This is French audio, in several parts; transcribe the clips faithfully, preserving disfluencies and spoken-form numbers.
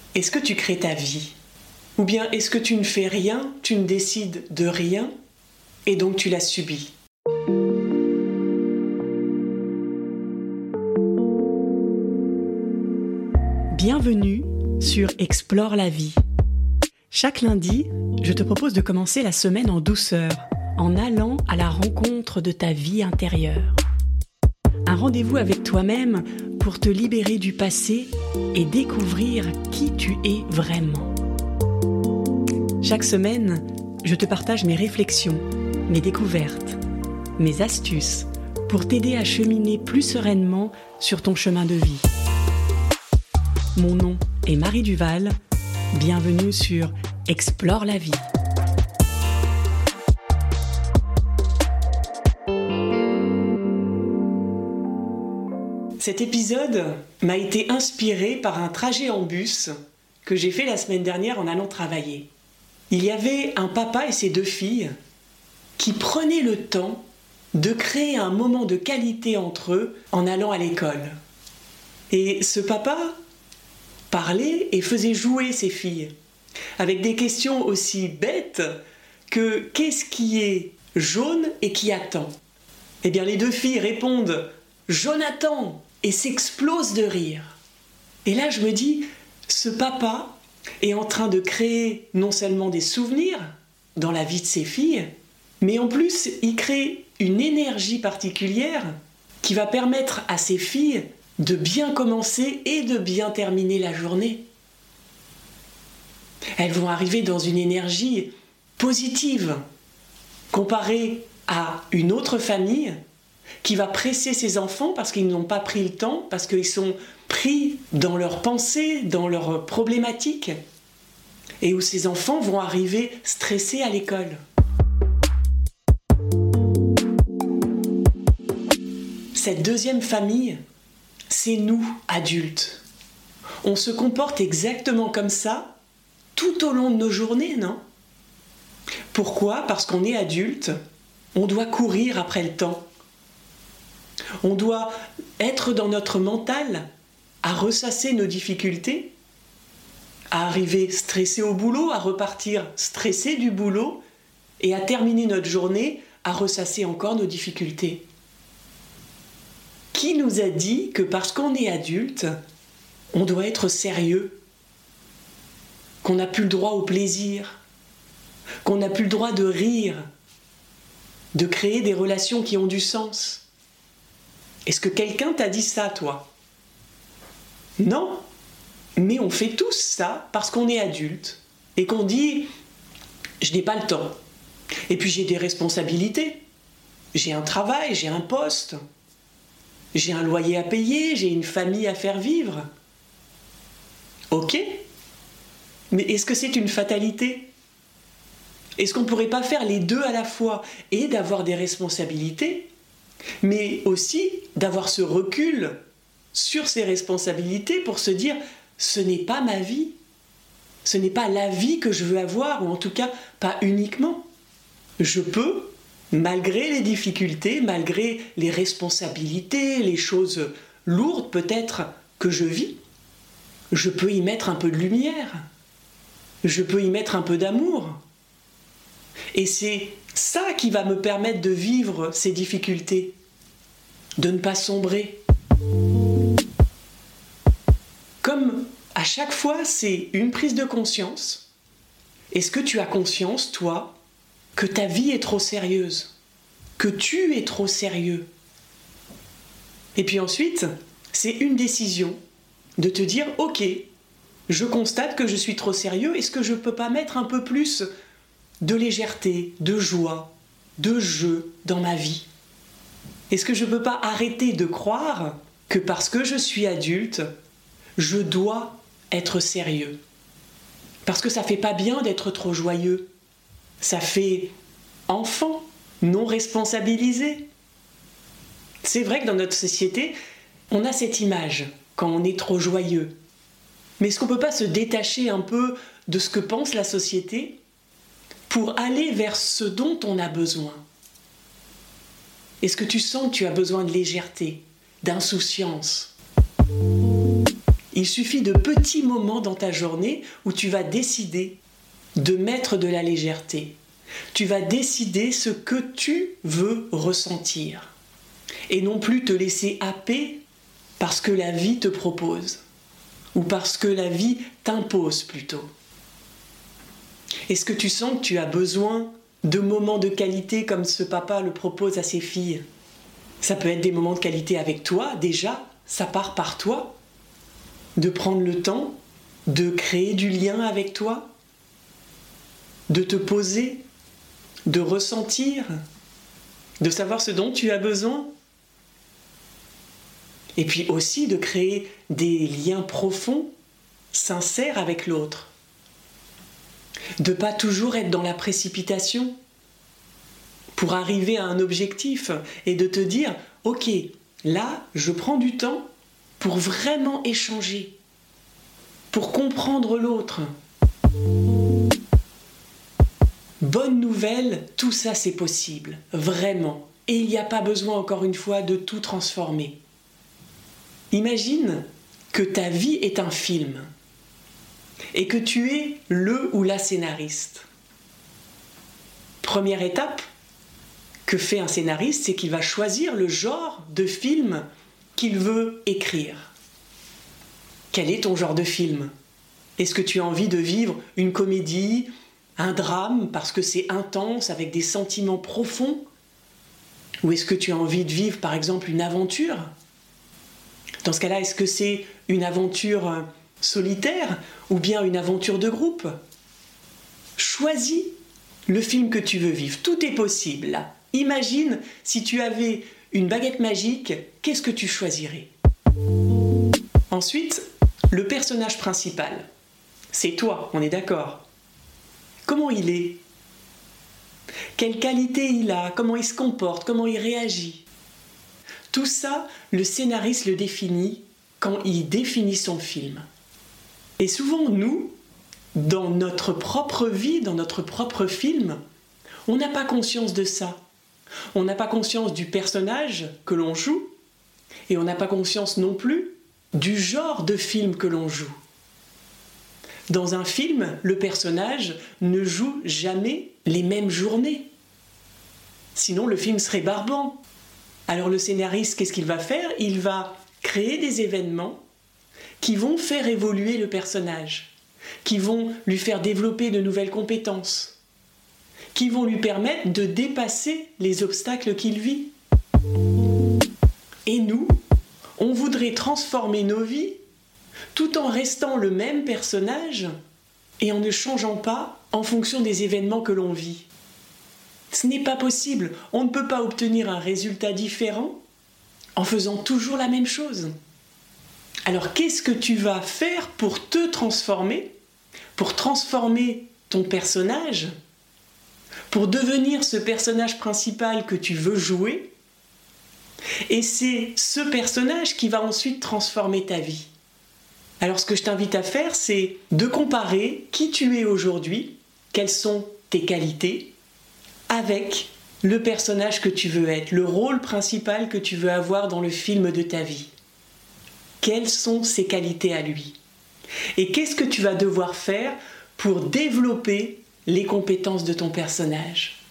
Est-ce que tu crées ta vie? Ou bien est-ce que tu ne fais rien, tu ne décides de rien, et donc tu la subis? Bienvenue sur Explore la vie. Chaque lundi, je te propose de commencer la semaine en douceur, en allant à la rencontre de ta vie intérieure. Un rendez-vous avec toi-même pour te libérer du passé et découvrir qui tu es vraiment. Chaque semaine, je te partage mes réflexions, mes découvertes, mes astuces pour t'aider à cheminer plus sereinement sur ton chemin de vie. Mon nom est Marie Duval, bienvenue sur Explore la vie. Cet épisode m'a été inspiré par un trajet en bus que j'ai fait la semaine dernière en allant travailler. Il y avait un papa et ses deux filles qui prenaient le temps de créer un moment de qualité entre eux en allant à l'école. Et ce papa parlait et faisait jouer ses filles avec des questions aussi bêtes que qu'est-ce qui est jaune et qui attend? Eh bien, les deux filles répondent « Jonathan !» et s'explosent de rire. Et là, je me dis, ce papa est en train de créer non seulement des souvenirs dans la vie de ses filles, mais en plus, il crée une énergie particulière qui va permettre à ses filles de bien commencer et de bien terminer la journée. Elles vont arriver dans une énergie positive, comparée à une autre famille qui va presser ses enfants parce qu'ils n'ont pas pris le temps, parce qu'ils sont pris dans leurs pensées, dans leurs problématiques, et où ces enfants vont arriver stressés à l'école. Cette deuxième famille, c'est nous, adultes. On se comporte exactement comme ça tout au long de nos journées, non? Pourquoi? Parce qu'on est adulte, on doit courir après le temps. On doit être dans notre mental à ressasser nos difficultés, à arriver stressé au boulot, à repartir stressé du boulot et à terminer notre journée à ressasser encore nos difficultés. Qui nous a dit que parce qu'on est adulte, on doit être sérieux, qu'on n'a plus le droit au plaisir, qu'on n'a plus le droit de rire, de créer des relations qui ont du sens? Est-ce que quelqu'un t'a dit ça, toi? Non, mais on fait tous ça parce qu'on est adulte et qu'on dit « je n'ai pas le temps ». Et puis j'ai des responsabilités, j'ai un travail, j'ai un poste, j'ai un loyer à payer, j'ai une famille à faire vivre. Ok, mais est-ce que c'est une fatalité? Est-ce qu'on ne pourrait pas faire les deux à la fois et d'avoir des responsabilités, mais aussi d'avoir ce recul sur ses responsabilités pour se dire « ce n'est pas ma vie, ce n'est pas la vie que je veux avoir, ou en tout cas pas uniquement. Je peux, malgré les difficultés, malgré les responsabilités, les choses lourdes peut-être que je vis, je peux y mettre un peu de lumière, je peux y mettre un peu d'amour. Et c'est ça qui va me permettre de vivre ces difficultés, de ne pas sombrer. Comme à chaque fois, c'est une prise de conscience. Est-ce que tu as conscience, toi, que ta vie est trop sérieuse, que tu es trop sérieux? Et puis ensuite, c'est une décision de te dire « Ok, je constate que je suis trop sérieux, est-ce que je ne peux pas mettre un peu plus de légèreté, de joie, de jeu dans ma vie? Est-ce que je ne peux pas arrêter de croire que parce que je suis adulte, je dois être sérieux? Parce que ça ne fait pas bien d'être trop joyeux. Ça fait enfant, non responsabilisé. C'est vrai que dans notre société, on a cette image quand on est trop joyeux. Mais est-ce qu'on ne peut pas se détacher un peu de ce que pense la société pour aller vers ce dont on a besoin? Est-ce que tu sens que tu as besoin de légèreté, d'insouciance? Il suffit de petits moments dans ta journée où tu vas décider de mettre de la légèreté. Tu vas décider ce que tu veux ressentir et non plus te laisser happer parce que la vie te propose ou parce que la vie t'impose plutôt. Est-ce que tu sens que tu as besoin de moments de qualité comme ce papa le propose à ses filles? Ça peut être des moments de qualité avec toi, déjà, ça part par toi, de prendre le temps de créer du lien avec toi, de te poser, de ressentir, de savoir ce dont tu as besoin. Et puis aussi de créer des liens profonds, sincères avec l'autre. De ne pas toujours être dans la précipitation pour arriver à un objectif et de te dire « Ok, là, je prends du temps pour vraiment échanger, pour comprendre l'autre. » Bonne nouvelle, tout ça c'est possible, vraiment. Et il n'y a pas besoin, encore une fois, de tout transformer. Imagine que ta vie est un film et que tu es le ou la scénariste. Première étape que fait un scénariste, c'est qu'il va choisir le genre de film qu'il veut écrire. Quel est ton genre de film? Est-ce que tu as envie de vivre une comédie, un drame parce que c'est intense avec des sentiments profonds? Ou est-ce que tu as envie de vivre par exemple une aventure? Dans ce cas-là, est-ce que c'est une aventure solitaire ou bien une aventure de groupe? Choisis le film que tu veux vivre. Tout est possible là. Imagine si tu avais une baguette magique, qu'est-ce que tu choisirais? Ensuite, le personnage principal. C'est toi, on est d'accord. Comment il est? Quelle qualité il a? Comment il se comporte? Comment il réagit? Tout ça, le scénariste le définit quand il définit son film. Et souvent, nous, dans notre propre vie, dans notre propre film, on n'a pas conscience de ça. On n'a pas conscience du personnage que l'on joue et on n'a pas conscience non plus du genre de film que l'on joue. Dans un film, le personnage ne joue jamais les mêmes journées. Sinon, le film serait barbant. Alors le scénariste, qu'est-ce qu'il va faire? Il va créer des événements qui vont faire évoluer le personnage, qui vont lui faire développer de nouvelles compétences, qui vont lui permettre de dépasser les obstacles qu'il vit. Et nous, on voudrait transformer nos vies tout en restant le même personnage et en ne changeant pas en fonction des événements que l'on vit. Ce n'est pas possible. On ne peut pas obtenir un résultat différent en faisant toujours la même chose. Alors qu'est-ce que tu vas faire pour te transformer, pour transformer ton personnage, pour devenir ce personnage principal que tu veux jouer? Et c'est ce personnage qui va ensuite transformer ta vie. Alors ce que je t'invite à faire, c'est de comparer qui tu es aujourd'hui, quelles sont tes qualités, avec le personnage que tu veux être, le rôle principal que tu veux avoir dans le film de ta vie. Quelles sont ses qualités à lui? Et qu'est-ce que tu vas devoir faire pour développer les compétences de ton personnage?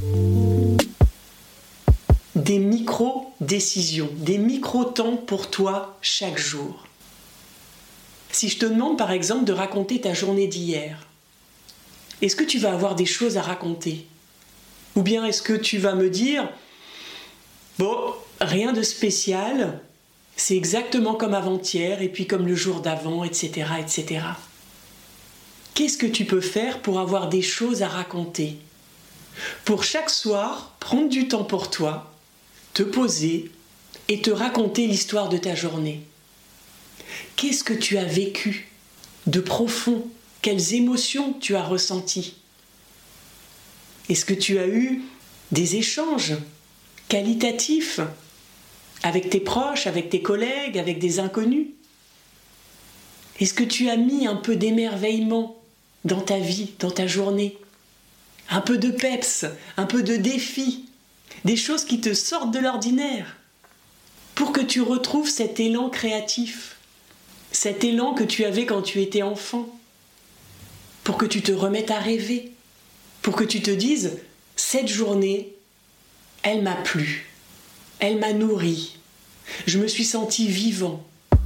Des micro-décisions, des micro-temps pour toi chaque jour. Si je te demande par exemple de raconter ta journée d'hier, est-ce que tu vas avoir des choses à raconter? Ou bien est-ce que tu vas me dire « Bon, rien de spécial, c'est exactement comme avant-hier et puis comme le jour d'avant, et cetera et cetera » Qu'est-ce que tu peux faire pour avoir des choses à raconter? Pour chaque soir, prendre du temps pour toi, te poser et te raconter l'histoire de ta journée. Qu'est-ce que tu as vécu de profond? Quelles émotions tu as ressenties? Est-ce que tu as eu des échanges qualitatifs avec tes proches, avec tes collègues, avec des inconnus? Est-ce que tu as mis un peu d'émerveillement dans ta vie, dans ta journée? Un peu de peps, un peu de défi, des choses qui te sortent de l'ordinaire pour que tu retrouves cet élan créatif. cet élan que tu avais quand tu étais enfant, pour que tu te remettes à rêver, pour que tu te dises, cette journée, elle m'a plu, elle m'a nourri, je me suis senti vivant.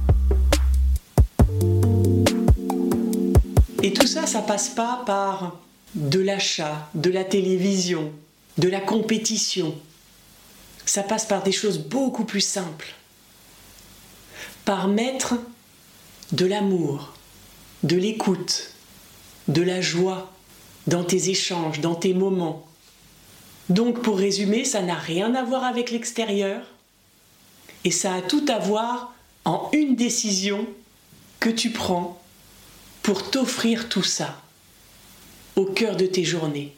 Et tout ça, ça passe pas par de l'achat, de la télévision, de la compétition. Ça passe par des choses beaucoup plus simples. Par mettre de l'amour, de l'écoute, de la joie dans tes échanges, dans tes moments. Donc pour résumer, ça n'a rien à voir avec l'extérieur et ça a tout à voir en une décision que tu prends pour t'offrir tout ça au cœur de tes journées.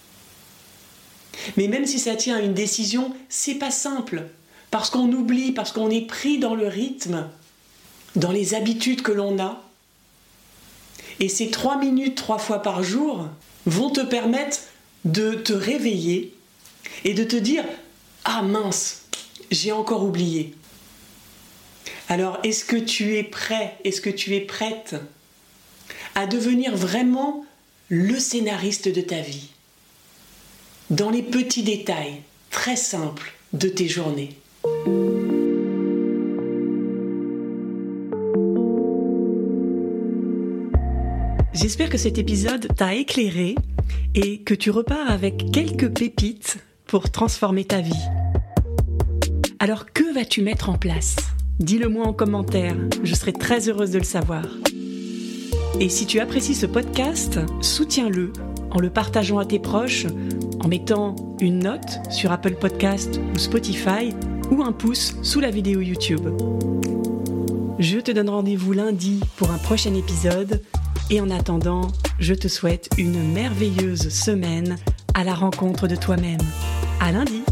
Mais même si ça tient à une décision, c'est pas simple, parce qu'on oublie, parce qu'on est pris dans le rythme, dans les habitudes que l'on a. Et ces trois minutes, trois fois par jour, vont te permettre de te réveiller et de te dire « Ah mince, j'ai encore oublié ». Alors, est-ce que tu es prêt, est-ce que tu es prête à devenir vraiment le scénariste de ta vie, dans les petits détails très simples de tes journées? J'espère que cet épisode t'a éclairé et que tu repars avec quelques pépites pour transformer ta vie. Alors que vas-tu mettre en place ? Dis-le-moi en commentaire, je serai très heureuse de le savoir. Et si tu apprécies ce podcast, soutiens-le en le partageant à tes proches, en mettant une note sur Apple Podcast ou Spotify ou un pouce sous la vidéo YouTube. Je te donne rendez-vous lundi pour un prochain épisode et en attendant, je te souhaite une merveilleuse semaine à la rencontre de toi-même. À lundi!